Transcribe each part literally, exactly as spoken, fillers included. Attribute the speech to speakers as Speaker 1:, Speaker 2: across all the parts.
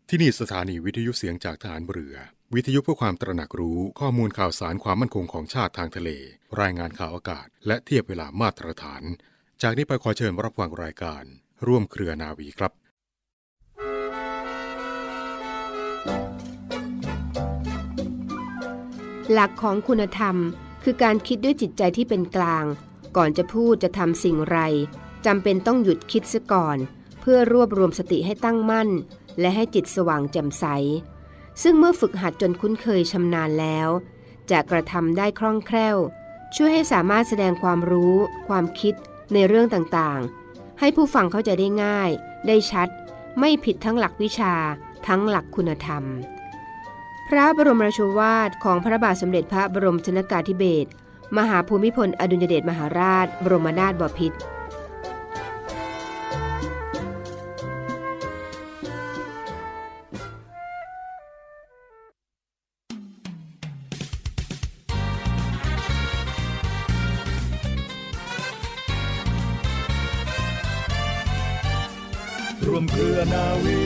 Speaker 1: ที่นี่สถานีวิทยุเสียงจากทหารเรือวิทยุเพื่อความตระหนักรู้ข้อมูลข่าวสารความมั่นคงของชาติทางทะเลรายงานข่าวอากาศและเทียบเวลามาตรฐานจากนี้ไปขอเชิญรับฟังรายการร่วมเครือนาวีครับ
Speaker 2: หลักของคุณธรรมคือการคิดด้วยจิตใจที่เป็นกลางก่อนจะพูดจะทำสิ่งไรจำเป็นต้องหยุดคิดซะก่อนเพื่อรวบรวมสติให้ตั้งมั่นและให้จิตสว่างแจ่มใสซึ่งเมื่อฝึกหัดจนคุ้นเคยชำนาญแล้วจะกระทำได้คล่องแคล่วช่วยให้สามารถแสดงความรู้ความคิดในเรื่องต่างๆให้ผู้ฟังเข้าใจได้ง่ายได้ชัดไม่ผิดทั้งหลักวิชาทั้งหลักคุณธรรมพระบรมราโชวาทของพระบาทสมเด็จพระบรมชนกาธิเบศรมหาภูมิพลอดุลยเดชมหาราชบรมนาถบพิตร
Speaker 3: รวมเครือนาวี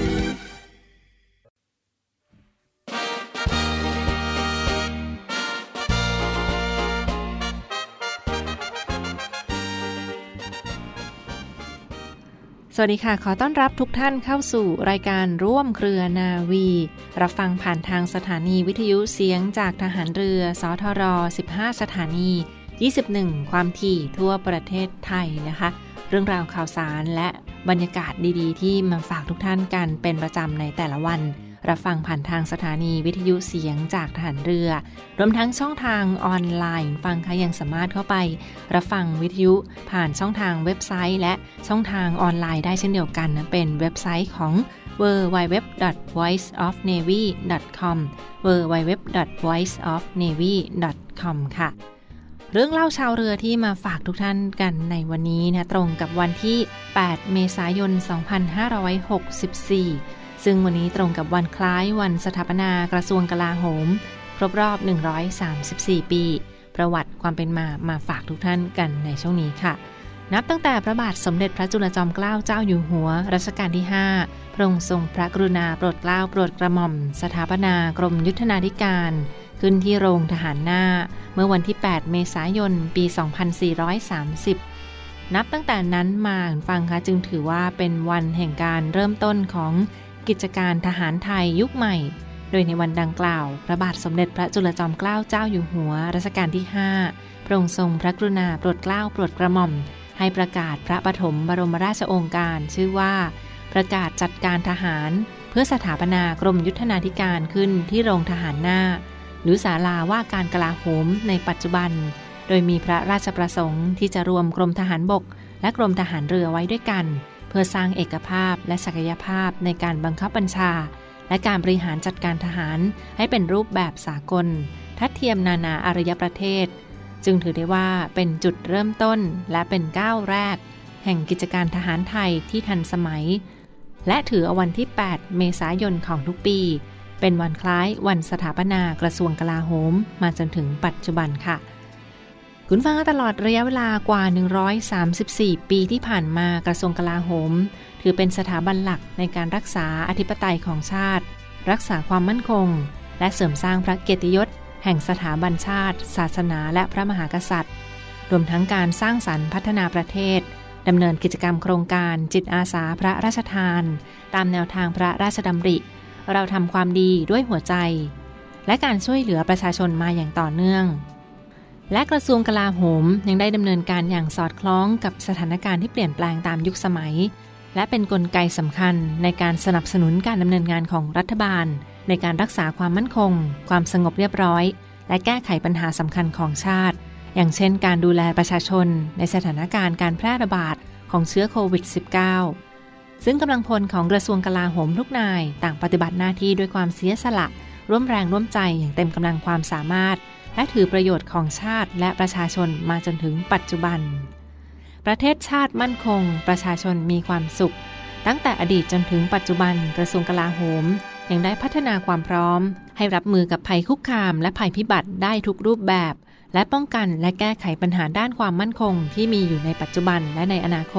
Speaker 4: สวัสดีค่ะขอต้อนรับทุกท่านเข้าสู่รายการร่วมเครือนาวีรับฟังผ่านทางสถานีวิทยุเสียงจากทหารเรือสทรสิบห้าสถานียี่สิบเอ็ดความถี่ทั่วประเทศไทยนะคะเรื่องราวข่าวสารและบรรยากาศดีๆที่มาฝากทุกท่านกันเป็นประจำในแต่ละวันรับฟังผ่านทางสถานีวิทยุเสียงจากทหารเรือรวมทั้งช่องทางออนไลน์ฟังค่ะยังสามารถเข้าไปรับฟังวิทยุผ่านช่องทางเว็บไซต์และช่องทางออนไลน์ได้เช่นเดียวกันนะเป็นเว็บไซต์ของ ดับเบิลยู ดับเบิลยู ดับเบิลยู ดอท voice of navy ดอท คอม ดับเบิลยู ดับเบิลยู ดับเบิลยู ดอท voice of navy ดอท คอม ค่ะเรื่องเล่าชาวเรือที่มาฝากทุกท่านกันในวันนี้นะตรงกับวันที่แปดเมษายนสองพันห้าร้อยหกสิบสี่ซึ่งวันนี้ตรงกับวันคล้ายวันสถาปนากระทรวงกลาโหมครบรอบหนึ่งร้อยสามสิบสี่ปีประวัติความเป็นมามาฝากทุกท่านกันในช่วงนี้ค่ะนับตั้งแต่พระบาทสมเด็จพระจุลจอมเกล้าเจ้าอยู่หัวรัชกาลที่ห้าพระองค์ทรงพระกรุณาโปรดเกล้าโปรดกระหม่อมสถาปนากรมยุทธนาธิการขึ้นที่โรงทหารหน้าเมื่อวันที่แปดเมษายนปีสองพันสี่ร้อยสามสิบนับตั้งแต่นั้นมาฟังค่ะจึงถือว่าเป็นวันแห่งการเริ่มต้นของกิจการทหารไทยยุคใหม่โดยในวันดังกล่าวพระบาทสมเด็จพระจุลจอมเกล้าเจ้าอยู่หัวรัชกาลที่ห้าพระองค์ทรงพระกรุณาโปรดเกล้าโปรดกระหม่อมให้ประกาศพระปฐมบรมราชโองการชื่อว่าประกาศจัดการทหารเพื่อสถาปนากรมยุทธนาธิการขึ้นที่โรงทหารหน้าหรือศาลาว่าการกลาโหมในปัจจุบันโดยมีพระราชประสงค์ที่จะรวมกรมทหารบกและกรมทหารเรือไว้ด้วยกันเพื่อสร้างเอกภาพและศักยภาพในการบังคับบัญชาและการบริหารจัดการทหารให้เป็นรูปแบบสากลทัดเทียมนานาอารยประเทศจึงถือได้ว่าเป็นจุดเริ่มต้นและเป็นก้าวแรกแห่งกิจการทหารไทยที่ทันสมัยและถือเอาวันที่แปดเมษายนของทุกปีเป็นวันคล้ายวันสถาปนากระทรวงกลาโหมมาจนถึงปัจจุบันค่ะคุณฟังตลอดระยะเวลากว่าหนึ่งร้อยสามสิบสี่ปีที่ผ่านมากระทรวงกลาโหมถือเป็นสถาบันหลักในการรักษาอธิปไตยของชาติรักษาความมั่นคงและเสริมสร้างพระเกียรติยศแห่งสถาบันชาติศาสนาและพระมหากษัตริย์รวมทั้งการสร้างสรรค์พัฒนาประเทศดำเนินกิจกรรมโครงการจิตอาสาพระราชทานตามแนวทางพระราชดำริเราทำความดีด้วยหัวใจและการช่วยเหลือประชาชนมาอย่างต่อเนื่องและกระทรวงกลาโหมยังได้ดำเนินการอย่างสอดคล้องกับสถานการณ์ที่เปลี่ยนแปลงตามยุคสมัยและเป็นกลไกสำคัญในการสนับสนุนการดำเนินงานของรัฐบาลในการรักษาความมั่นคงความสงบเรียบร้อยและแก้ไขปัญหาสำคัญของชาติอย่างเช่นการดูแลประชาชนในสถานการณ์การแพร่ระบาดของเชื้อโควิด สิบเก้า ซึ่งกำลังพลของกระทรวงกลาโหมทุกนายต่างปฏิบัติหน้าที่ด้วยความเสียสละร่วมแรงร่วมใจอย่างเต็มกำลังความสามารถและถือประโยชน์ของชาติและประชาชนมาจนถึงปัจจุบันประเทศชาติมั่นคงประชาชนมีความสุขตั้งแต่อดีตจนถึงปัจจุบันกระทรวงกลาโหมยังได้พัฒนาความพร้อมให้รับมือกับภัยคุกคามและภัยพิบัติได้ทุกรูปแบบและป้องกันและแก้ไขปัญหาด้านความมั่นคงที่มีอยู่ในปัจจุบันและในอนาคต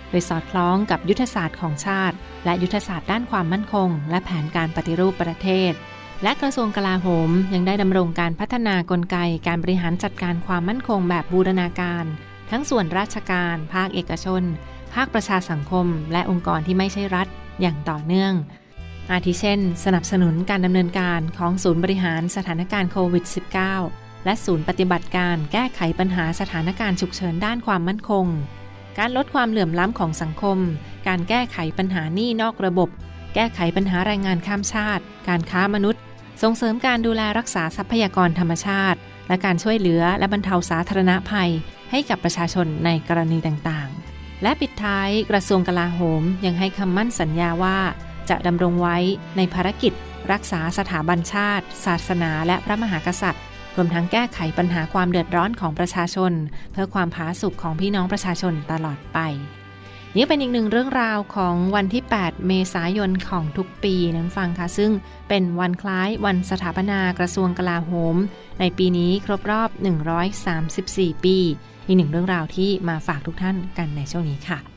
Speaker 4: โดยสอดคล้องกับยุทธศาสตร์ของชาติและยุทธศาสตร์ด้านความมั่นคงและแผนการปฏิรูปประเทศและกระทรวงกลาโหมยังได้ดำรงการพัฒนากลไกการบริหารจัดการความมั่นคงแบบบูรณาการทั้งส่วนราชการภาคเอกชนภาคประชาสังคมและองค์กรที่ไม่ใช่รัฐอย่างต่อเนื่องอาทิเช่นสนับสนุนการดำเนินการของศูนย์บริหารสถานการณ์โควิด สิบเก้า และศูนย์ปฏิบัติการแก้ไขปัญหาสถานการณ์ฉุกเฉินด้านความมั่นคงการลดความเหลื่อมล้ำของสังคมการแก้ไขปัญหาหนี้นอกระบบแก้ไขปัญหาแรงงานข้ามชาติการค้ามนุษย์ส่งเสริมการดูแลรักษาทรัพยากรธรรมชาติและการช่วยเหลือและบรรเทาสาธารณภัยให้กับประชาชนในกรณีต่างๆและปิดท้ายกระทรวงกลาโหมยังให้คำมั่นสัญญาว่าจะดำรงไว้ในภารกิจรักษาสถาบันชาติศาสนาและพระมหากษัตริย์รวมทั้งแก้ไขปัญหาความเดือดร้อนของประชาชนเพื่อความผาสุกของพี่น้องประชาชนตลอดไปนี่เป็นอีกหนึ่งเรื่องราวของวันที่แปดเมษายนของทุกปีนั้นฟังค่ะซึ่งเป็นวันคล้ายวันสถาปนากระทรวงกลาโหมในปีนี้ครบรอบหนึ่งร้อยสามสิบสี่ปีอีกหนึ่งเรื่องราวที่มาฝากทุกท่านกันในช่วงนี้ค่ะ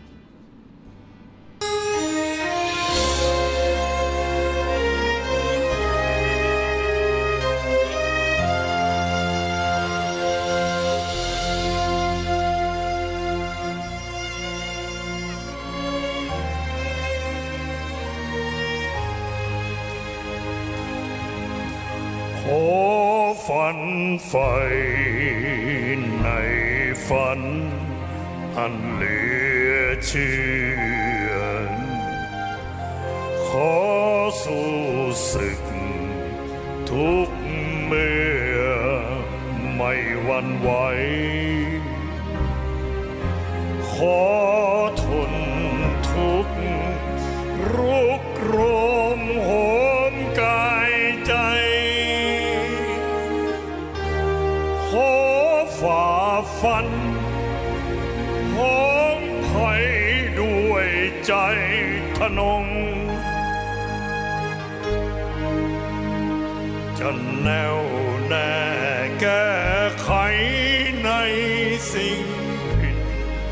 Speaker 3: ขอฝันใฝ่ในฝันอันเหลือเชื่อขอสู้ศึกทุกเมื่อไม่หวั่นไหวขอทนทุกรุกรมโหมกายใจขอฝ่าฟันหอมไผ่ด้วยใจทะนงจะแน่วแน่แก้ไขในสิ่งผิด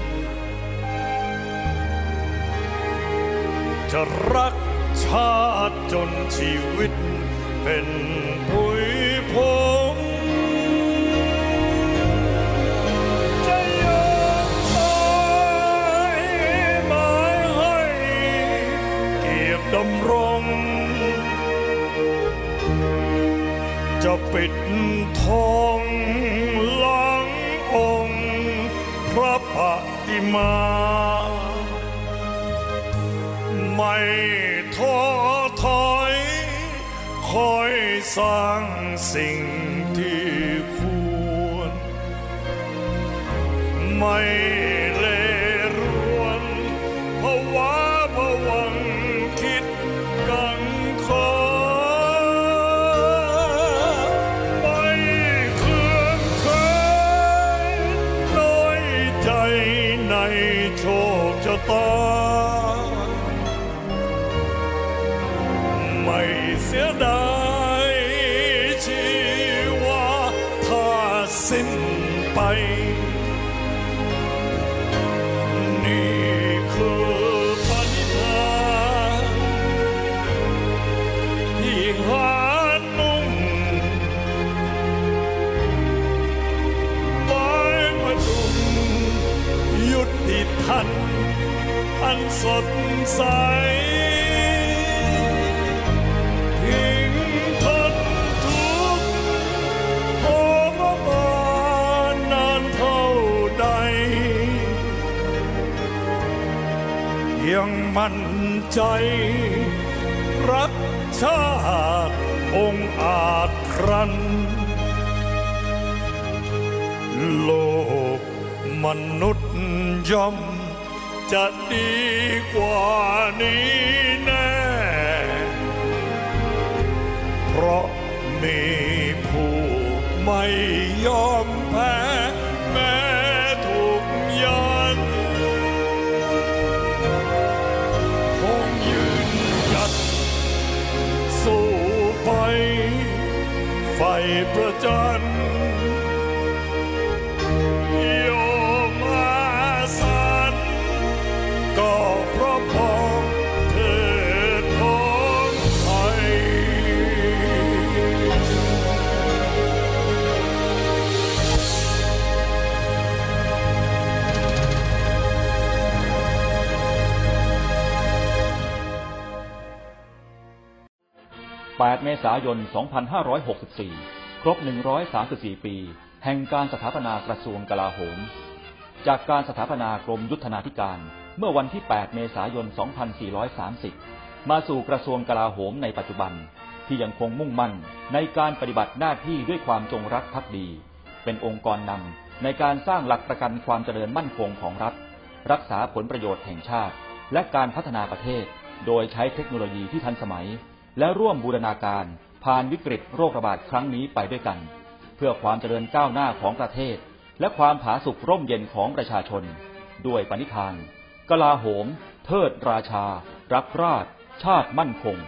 Speaker 3: จะรักชาติจนชีวิตเป็นผุยพงจะยอมตายหมายให้เกียรติดำรงจะปิดทองหลังองค์พระปฏิมาไม่ท้อถอยคอยสร้างสิ่งที่ควรไม่เลรวนภาวะผวังคิดกังขาไม่เคลื่อนเคยน้อยใจในโชคชะตาไม่เสียดายชีวาถ้าสิ้นไปนี่คือปณิธานที่หานุ่งไม้พดุงยุติทันอันสดใสยังมั่นใจรักชาติองค์อาจครันโลกมนุษย์ย่อมจะดีกว่านี้แน่เพราะมีผู้ไม่ยอมแพ้แม้ถูกยันสู้ไปไฟประจันโยมอาสันก
Speaker 5: แปดเมษายนสองพันห้าร้อยหกสิบสี่ครบหนึ่งร้อยสามสิบสี่ปีแห่งการสถาปนากระทรวงกลาโหมจากการสถาปนากรมยุทธนาธิการเมื่อวันที่แปดเมษายนสองพันสี่ร้อยสามสิบมาสู่กระทรวงกลาโหมในปัจจุบันที่ยังคงมุ่งมั่นในการปฏิบัติหน้าที่ด้วยความจงรักภักดีเป็นองค์กรนำในการสร้างหลักประกันความเจริญมั่นคงของรัฐรักษาผลประโยชน์แห่งชาติและการพัฒนาประเทศโดยใช้เทคโนโลยีที่ทันสมัยและร่วมบูรณาการผ่านวิกฤตโรคระบาดครั้งนี้ไปด้วยกันเพื่อความเจริญก้าวหน้าของประเทศและความผาสุกร่มเย็นของประชาชนด้วยปณิธานกลาโหมเทิดราชารักราชชาติมั่นคง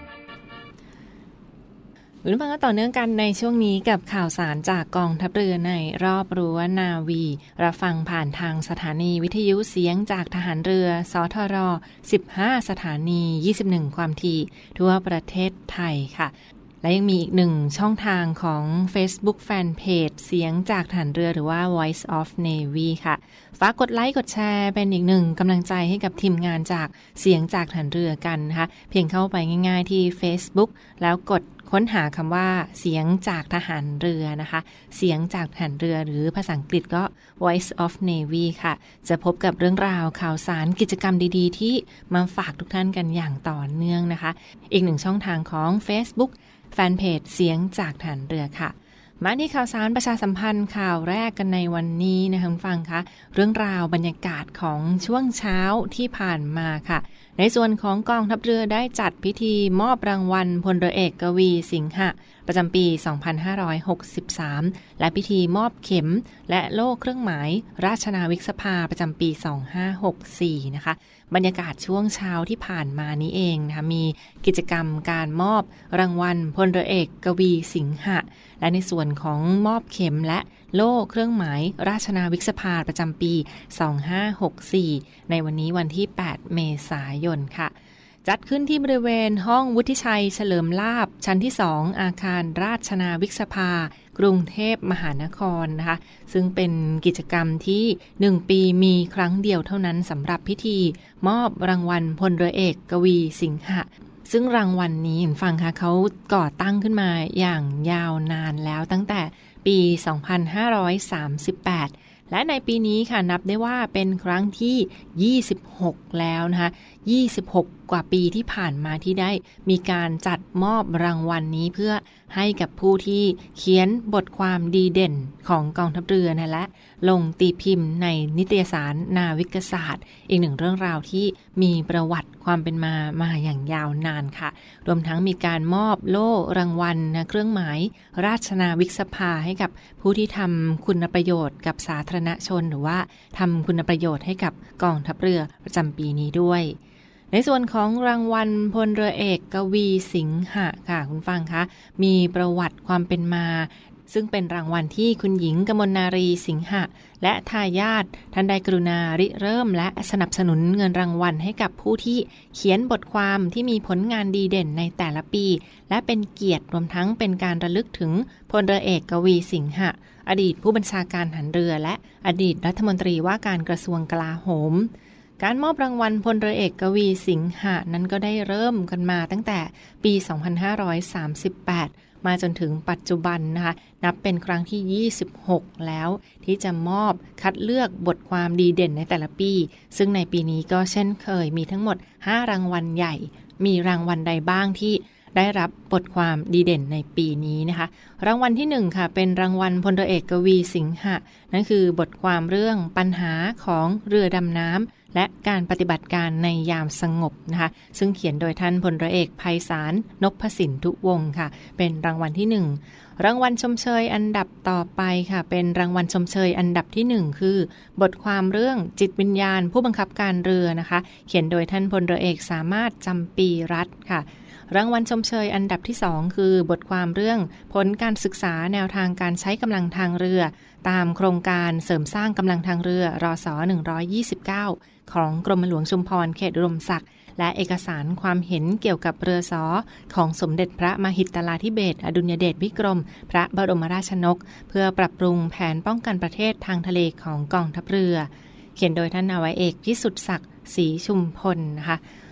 Speaker 4: คุณผู้ฟังก็ต่อเนื่องกันในช่วงนี้กับข่าวสารจากกองทัพเรือในรอบรั้วนาวีรับฟังผ่านทางสถานีวิทยุเสียงจากทหารเรือสทรสิบห้าสถานียี่สิบเอ็ดความถี่ทั่วประเทศไทยค่ะและยังมีอีกหนึ่งช่องทางของ Facebook Fanpage เสียงจากทหารเรือหรือว่า Voice of Navy ค่ะฝากกดไลค์กดแชร์เป็นอีกหนึ่งกำลังใจให้กับทีมงานจากเสียงจากทหารเรือกันนะคะเพียงเข้าไปง่ายๆที่ Facebook แล้วกดค้นหาคำว่าเสียงจากทหารเรือนะคะเสียงจากทหารเรือหรือภาษาอังกฤษก็ Voice of Navy ค่ะจะพบกับเรื่องราวข่าวสารกิจกรรมดีๆที่มาฝากทุกท่านกันอย่างต่อเนื่องนะคะอีกหนึ่งช่องทางของ Facebookแฟนเพจเสียงจากทหารเรือค่ะมาที่ข่าวสารประชาสัมพันธ์ข่าวแรกกันในวันนี้นะคะคุณฟังคะเรื่องราวบรรยากาศของช่วงเช้าที่ผ่านมาค่ะในส่วนของกองทัพเรือได้จัดพิธีมอบรางวัลพลเรือเอกกวีสิงหะประจำปีสองพันห้าร้อยหกสิบสามและพิธีมอบเข็มและโล่เครื่องหมายราชนาวิกสภาประจำปีสองพันห้าร้อยหกสิบสี่นะคะบรรยากาศช่วงเช้าที่ผ่านมานี้เองนะคะมีกิจกรรมการมอบรางวัลพลเรือเอกกวีสิงหะและในส่วนของมอบเข็มและโล่เครื่องหมายราชนาวิกสภาประจำปีสองพันห้าร้อยหกสิบสี่ในวันนี้วันที่แปดเมษายนค่ะจัดขึ้นที่บริเวณห้องวุฒิชัยเฉลิมลาภชั้นที่สองอาคารราชนาวิกสภากรุงเทพมหานครนะคะซึ่งเป็นกิจกรรมที่หนึ่งปีมีครั้งเดียวเท่านั้นสำหรับพิธีมอบรางวัลพลเรือเอกกวีสิงหะซึ่งรางวัล น, นี้ฟังค่ะเขาก่อตั้งขึ้นมาอย่างยาวนานแล้วตั้งแต่ปีสองพันห้าร้อยสามสิบแปดและในปีนี้ค่ะนับได้ว่าเป็นครั้งที่ยี่สิบหกแล้วนะคะยี่สิบหกกว่าปีที่ผ่านมาที่ได้มีการจัดมอบรางวัล น, นี้เพื่อให้กับผู้ที่เขียนบทความดีเด่นของกองทัพเรือนะและลงตีพิมพ์ในนิตยสารนาวิกศาสตร์อีกหนึ่งเรื่องราวที่มีประวัติความเป็นมามาอย่างยาวนานค่ะรวมทั้งมีการมอบโล่รางวัลนะเครื่องหมายราชนาวิกสภาให้กับผู้ที่ทำคุณประโยชน์กับสาธารณชนหรือว่าทำคุณประโยชน์ให้กับกองทัพเรือประจำปีนี้ด้วยในส่วนของรางวัลพลเรือเอกกวีสิงหะค่ะคุณฟังคะมีประวัติความเป็นมาซึ่งเป็นรางวัลที่คุณหญิงกมลนารีสิงหะและทายาทท่านได้กรุณาริเริ่มและสนับสนุนเงินรางวัลให้กับผู้ที่เขียนบทความที่มีผลงานดีเด่นในแต่ละปีและเป็นเกียรติรวมทั้งเป็นการระลึกถึงพลเรือเอกกวีสิงหะอดีตผู้บัญชาการทหารเรือและอดีตรัฐมนตรีว่าการกระทรวงกลาโหมการมอบรางวัลพลเรือเอกกวีสิงหะนั้นก็ได้เริ่มกันมาตั้งแต่ปีสองพันห้าร้อยสามสิบแปดมาจนถึงปัจจุบันนะคะนับเป็นครั้งที่ยี่สิบหกแล้วที่จะมอบคัดเลือกบทความดีเด่นในแต่ละปีซึ่งในปีนี้ก็เช่นเคยมีทั้งหมดห้ารางวัลใหญ่มีรางวัลใดบ้างที่ได้รับบทความดีเด่นในปีนี้นะคะรางวัลที่หนึ่งค่ะเป็นรางวัลพลเรือเอกกวีสิงหะนั่นคือบทความเรื่องปัญหาของเรือดำน้ำและการปฏิบัติการในยามสงบนะคะซึ่งเขียนโดยท่านพลเรือเอกไพศาลนพสินธุวงศ์ค่ะเป็นรางวัลที่หนึ่งรางวัลชมเชยอันดับต่อไปค่ะเป็นรางวัลชมเชยอันดับที่หนึ่งคือบทความเรื่องจิตวิญญาณผู้บังคับการเรือนะคะเขียนโดยท่านพลเรือเอกสามารถจำปีรัตน์ค่ะรางวัลชมเชยอันดับที่สองคือบทความเรื่องผลการศึกษาแนวทางการใช้กำลังทางเรือตามโครงการเสริมสร้างกำลังทางเรือรศหนึ่งร้อยยี่สิบเก้าของกรมหลวงชุมพรเขตอุดมศักดิ์และเอกสารความเห็นเกี่ยวกับเรือสอของสมเด็จพระมหิตลาธิเบศรอดุลยเดชวิกรมพระบรมราชนกเพื่อปรับปรุงแผนป้องกันประเทศทางทะเลของกองทัพเรือเขียนโดยท่านนาวาเอกพิสุทธิ์ศักดิ์ศรีชุมพลนะคะ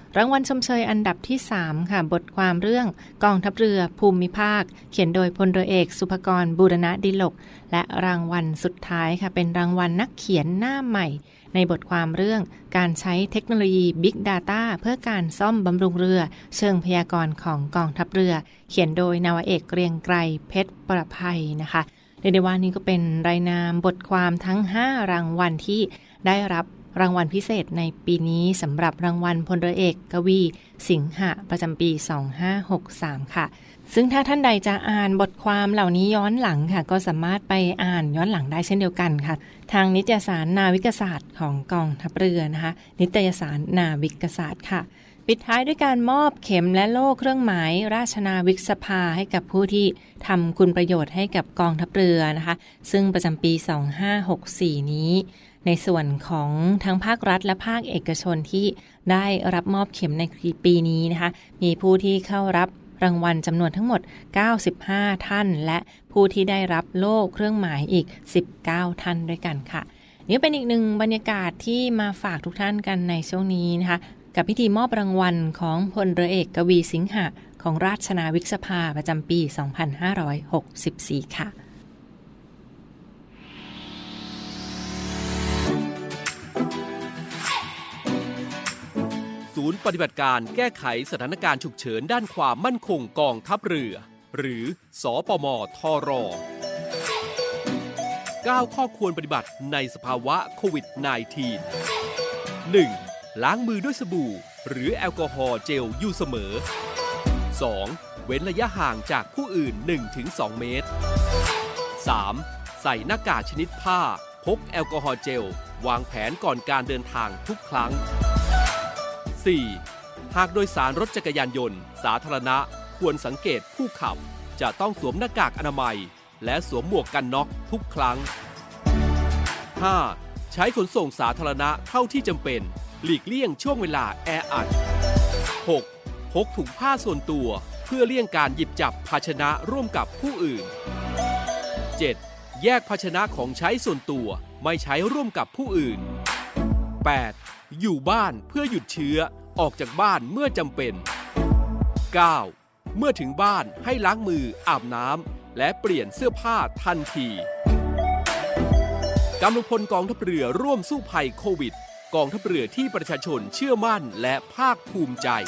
Speaker 4: รางวัลชมเชยอันดับที่สามค่ะบทความเรื่องกองทัพเรือภูมิภาคเขียนโดยพลเรือเอกสุภกรบูรณดิลกและรางวัลสุดท้ายค่ะเป็นรางวัลนักเขียนหน้าใหม่ในบทความเรื่องการใช้เทคโนโลยี Big Data เพื่อการซ่อมบำรุงเรือเชิงพยากรณ์ของกองทัพเรือเขียนโดยนาวาเอกเกรียงไกรเพชรประภัยนะคะเรียกได้ว่านี่ก็เป็นรายนามบทความทั้งห้ารางวัลที่ได้รับรางวัลพิเศษในปีนี้สำหรับรางวัลพลเรือเอกกวีสิงหะประจำปีสองพันห้าร้อยหกสิบสามค่ะซึ่งถ้าท่านใดจะอ่านบทความเหล่านี้ย้อนหลังค่ะก็สามารถไปอ่านย้อนหลังได้เช่นเดียวกันค่ะทางนิตยสารนาวิกศาสตร์ของกองทัพเรือนะคะนิตยสารนาวิกศาสตร์ค่ะปิดท้ายด้วยการมอบเข็มและโล่เครื่องหมายราชนาวิกสภาให้กับผู้ที่ทำคุณประโยชน์ให้กับกองทัพเรือนะคะซึ่งประจำปีสองพันห้าร้อยหกสิบสี่นี้ในส่วนของทั้งภาครัฐและภาคเอกชนที่ได้รับมอบเข็มในปีนี้นะคะมีผู้ที่เข้ารับรางวัลจำนวนทั้งหมดเก้าสิบห้าท่านและผู้ที่ได้รับโล่เครื่องหมายอีกสิบเก้าท่านด้วยกันค่ะนี่เป็นอีกหนึ่งบรรยากาศที่มาฝากทุกท่านกันในช่วงนี้นะคะกับพิธีมอบรางวัลของพลเรือเอกกวีสิงหะของราชนาวิกสภาประจำปีสองพันห้าร้อยหกสิบสี่ค่ะ
Speaker 6: ศูนย์ปฏิบัติการแก้ไขสถานการณ์ฉุกเฉินด้านความมั่นคงกองทัพเรือหรือสปมทร เก้า ข้อควรปฏิบัติในสภาวะโควิด สิบเก้า หนึ่ง. ล้างมือด้วยสบู่หรือแอลกอฮอล์เจลอยู่เสมอ สอง. เว้นระยะห่างจากผู้อื่น หนึ่งถึงสอง เมตร สาม. ใส่หน้ากากชนิดผ้าพกแอลกอฮอล์เจลวางแผนก่อนการเดินทางทุกครั้ง สี่. หากโดยสารรถจักรยานยนต์สาธารณะควรสังเกตผู้ขับจะต้องสวมหน้ากากอนามัยและสวมหมวกกันน็อกทุกครั้ง ห้า. ใช้ขนส่งสาธารณะเท่าที่จำเป็นหลีกเลี่ยงช่วงเวลาแออัด หก. พกถุงผ้าส่วนตัวเพื่อเลี่ยงการหยิบจับภาชนะร่วมกับผู้อื่น เจ็ด. แยกภาชนะของใช้ส่วนตัวไม่ใช้ร่วมกับผู้อื่น แปด. อยู่บ้านเพื่อหยุดเชื้อออกจากบ้านเมื่อจำเป็น เก้า. เมื่อถึงบ้านให้ล้างมืออาบน้ำและเปลี่ยนเสื้อผ้าทันทีกำลังพลกองทัพเรือร่วมสู้ภัยโควิดกองทัพเรือที่ประชาชนเชื่อมั่นและภาคภูมิใจ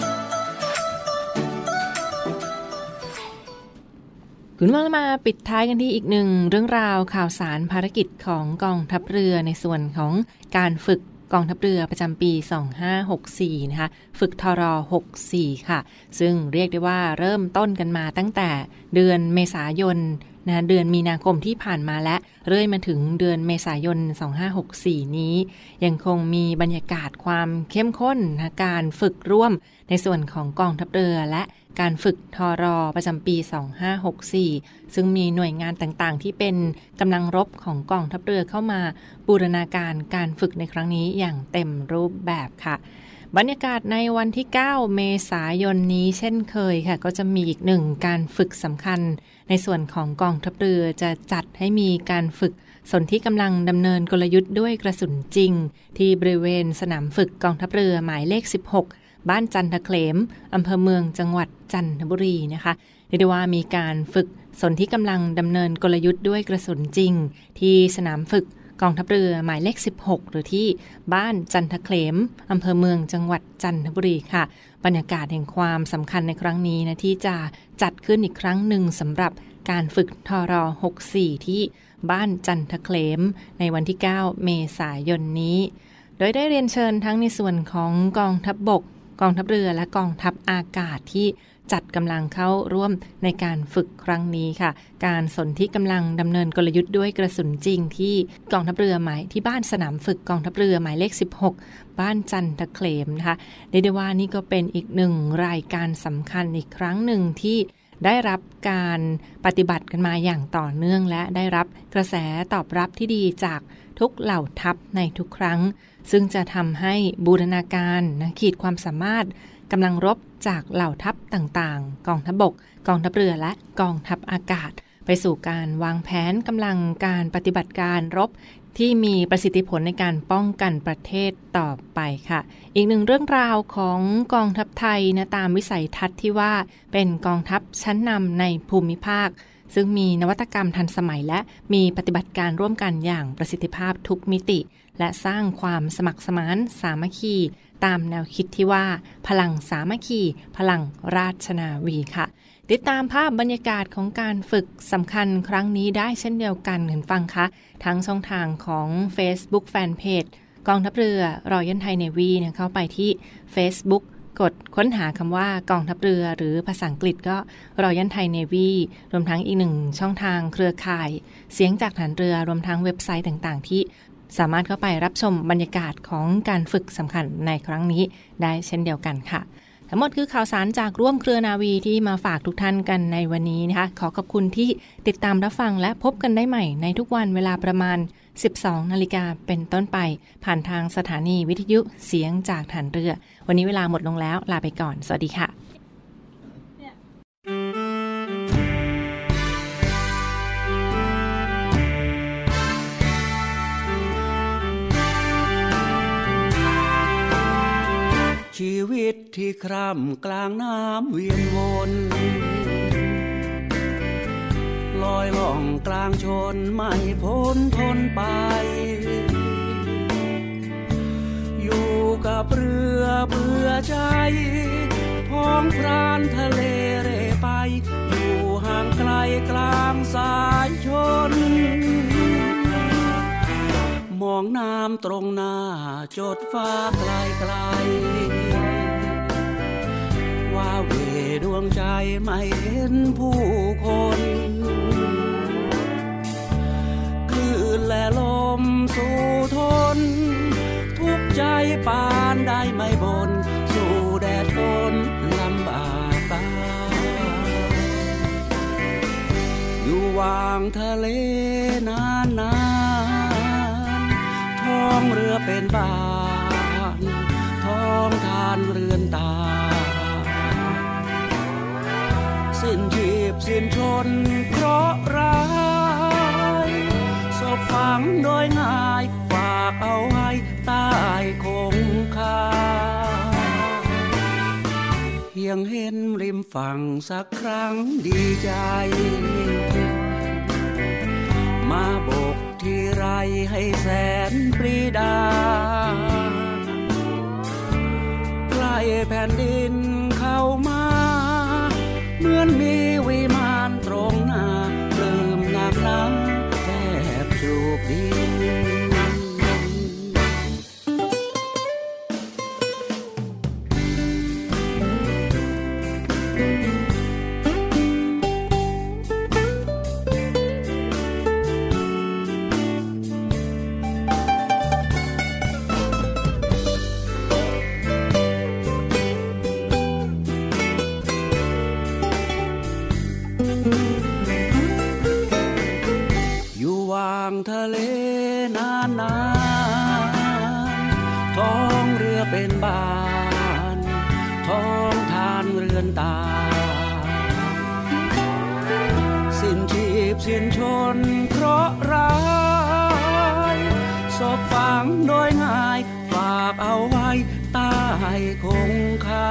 Speaker 4: คุณว่ามาปิดท้ายกันที่อีกหนึ่งเรื่องราวข่าวสารภารกิจของกองทัพเรือในส่วนของการฝึกกองทัพเรือประจำปีสองพันห้าร้อยหกสิบสี่นะคะฝึกทรหกสิบสี่ค่ะซึ่งเรียกได้ว่าเริ่มต้นกันมาตั้งแต่เดือนเมษายนนะเดือนมีนาคมที่ผ่านมาและเรื่อยมาถึงเดือนเมษายนสองพันห้าร้อยหกสิบสี่นี้ยังคงมีบรรยากาศความเข้มข้นนะการฝึกร่วมในส่วนของกองทัพเรือและการฝึกทรประจำปีสองพันห้าร้อยหกสิบสี่ซึ่งมีหน่วยงานต่างๆที่เป็นกำลังรบของกองทัพเรือเข้ามาบูรณาการการฝึกในครั้งนี้อย่างเต็มรูปแบบค่ะบรรยากาศในวันที่เก้าเมษายนนี้เช่นเคยค่ะก็จะมีอีกหนึ่งการฝึกสำคัญในส่วนของกองทัพเรือจะจัดให้มีการฝึกสนธิกำลังดำเนินกลยุทธ์ด้วยกระสุนจริงที่บริเวณสนามฝึกกองทัพเรือหมายเลขสิบหกบ้านจันทเขลมอำเภอเมืองจังหวัดจันทบุรีนะคะเรียกได้ว่ามีการฝึกสนธิกำลังดำเนินกลยุทธ์ด้วยกระสุนจริงที่สนามฝึกกองทัพเรือหมายเลขสิบหกหรือที่บ้านจันทเขลมอำเภอเมืองจังหวัดจันทบุรีค่ะบรรยากาศแห่งความสำคัญในครั้งนี้นะที่จะจัดขึ้นอีกครั้งหนึ่งสำหรับการฝึกทรหกสิบสี่ที่บ้านจันทเขลมในวันที่เก้าเมษายนนี้โดยได้เรียนเชิญทั้งในส่วนของกองทัพบกกองทัพเรือและกองทัพอากาศที่จัดกำลังเข้าร่วมในการฝึกครั้งนี้ค่ะการสนธิกำลังดำเนินกลยุทธ์ด้วยกระสุนจริงที่กองทัพเรือหมายที่บ้านสนามฝึกกองทัพเรือหมายเลขสิบหกบ้านจันทเขลมนะคะเรียกได้ว่านี่ก็เป็นอีกหนึ่งรายการสำคัญอีกครั้งหนึ่งที่ได้รับการปฏิบัติกันมาอย่างต่อเนื่องและได้รับกระแสตอบรับที่ดีจากทุกเหล่าทัพในทุกครั้งซึ่งจะทำให้บูรณาการนะขีดความสามารถกำลังรบจากเหล่าทัพต่างๆกองทัพบกกองทัพเรือและกองทัพอากาศไปสู่การวางแผนกำลังการปฏิบัติการรบที่มีประสิทธิผลในการป้องกันประเทศต่อไปค่ะอีกหนึ่งเรื่องราวของกองทัพไทยนะตามวิสัยทัศน์ที่ว่าเป็นกองทัพชั้นนำในภูมิภาคซึ่งมีนวัตกรรมทันสมัยและมีปฏิบัติการร่วมกันอย่างประสิทธิภาพทุกมิติและสร้างความสมัครสมานสามัคคีตามแนวคิดที่ว่าพลังสามัคคีพลังราชนาวีค่ะติดตามภาพบรรยากาศของการฝึกสำคัญครั้งนี้ได้เช่นเดียวกันเหมือนฟังคะทั้งช่องทางของ Facebook Fanpage กองทัพเรือ Royal Thai Navy เนี่ยเข้าไปที่ Facebook กดค้นหาคำว่ากองทัพเรือหรือภาษาอังกฤษก็ Royal Thai Navy รวมทั้งอีกหนึ่งช่องทางเครือข่ายเสียงจากฐานเรือรวมทั้งเว็บไซต์ต่างๆที่สามารถเข้าไปรับชมบรรยากาศของการฝึกสำคัญในครั้งนี้ได้เช่นเดียวกันค่ะทั้งหมดคือข่าวสารจากร่วมเครือนาวีที่มาฝากทุกท่านกันในวันนี้นะคะขอขอบคุณที่ติดตามรับฟังและพบกันได้ใหม่ในทุกวันเวลาประมาณ สิบสองนาฬิกาเป็นต้นไปผ่านทางสถานีวิทยุเสียงจากฐานเรือวันนี้เวลาหมดลงแล้วลาไปก่อนสวัสดีค่ะ
Speaker 7: ชีวิตที่คร่ำกลางน้ำเวียนวนลอยล่องกลางชนไม่พ้นทนไปอยู่กับเรือเบื่อใจพ้องพรานทะเลเร่ไปอยู่ห่างไกลกลางสายชนมองน้ำตรงหน้าจดฟ้าไกลไกลว่าเวดวงใจไม่เห็นผู้คนคลื่นและลมสู่ทนทุกใจปานได้ไม่บนสู่แดดฝนลำบากตาอยู่วางทะเลนานนานท้องเรือเป็นบ้านท้องทานเรือนตาสิ้นชีพสิ้นชนเพราะร้ายศพฝังโดยง่ายฝากเอาไว้ใต้คงคาเพียงเห็นริมฝั่งสักครั้งดีใจมาโบกที่ไรให้แสนปรีดาใกล้แผ่นดินเข้ามาเหมือนมีวิมานตรงหน้าปลื้มน้ำน้ำแทบจูบดินทะเลนานนานท้องเรือเป็นบ้านท้องทานเรือนตาสิ้นชีพสิ้นชนเพราะร้ายศพฝังโดยง่ายฝากเอาไว้ใต้คงคา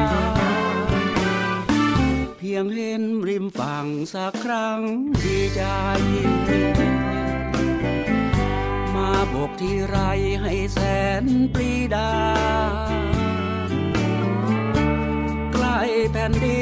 Speaker 7: เพียงเห็นริมฝั่งสักครั้งดีใจมาบกที่ไรให้แสนปรีดาใกล้แผ่นดิ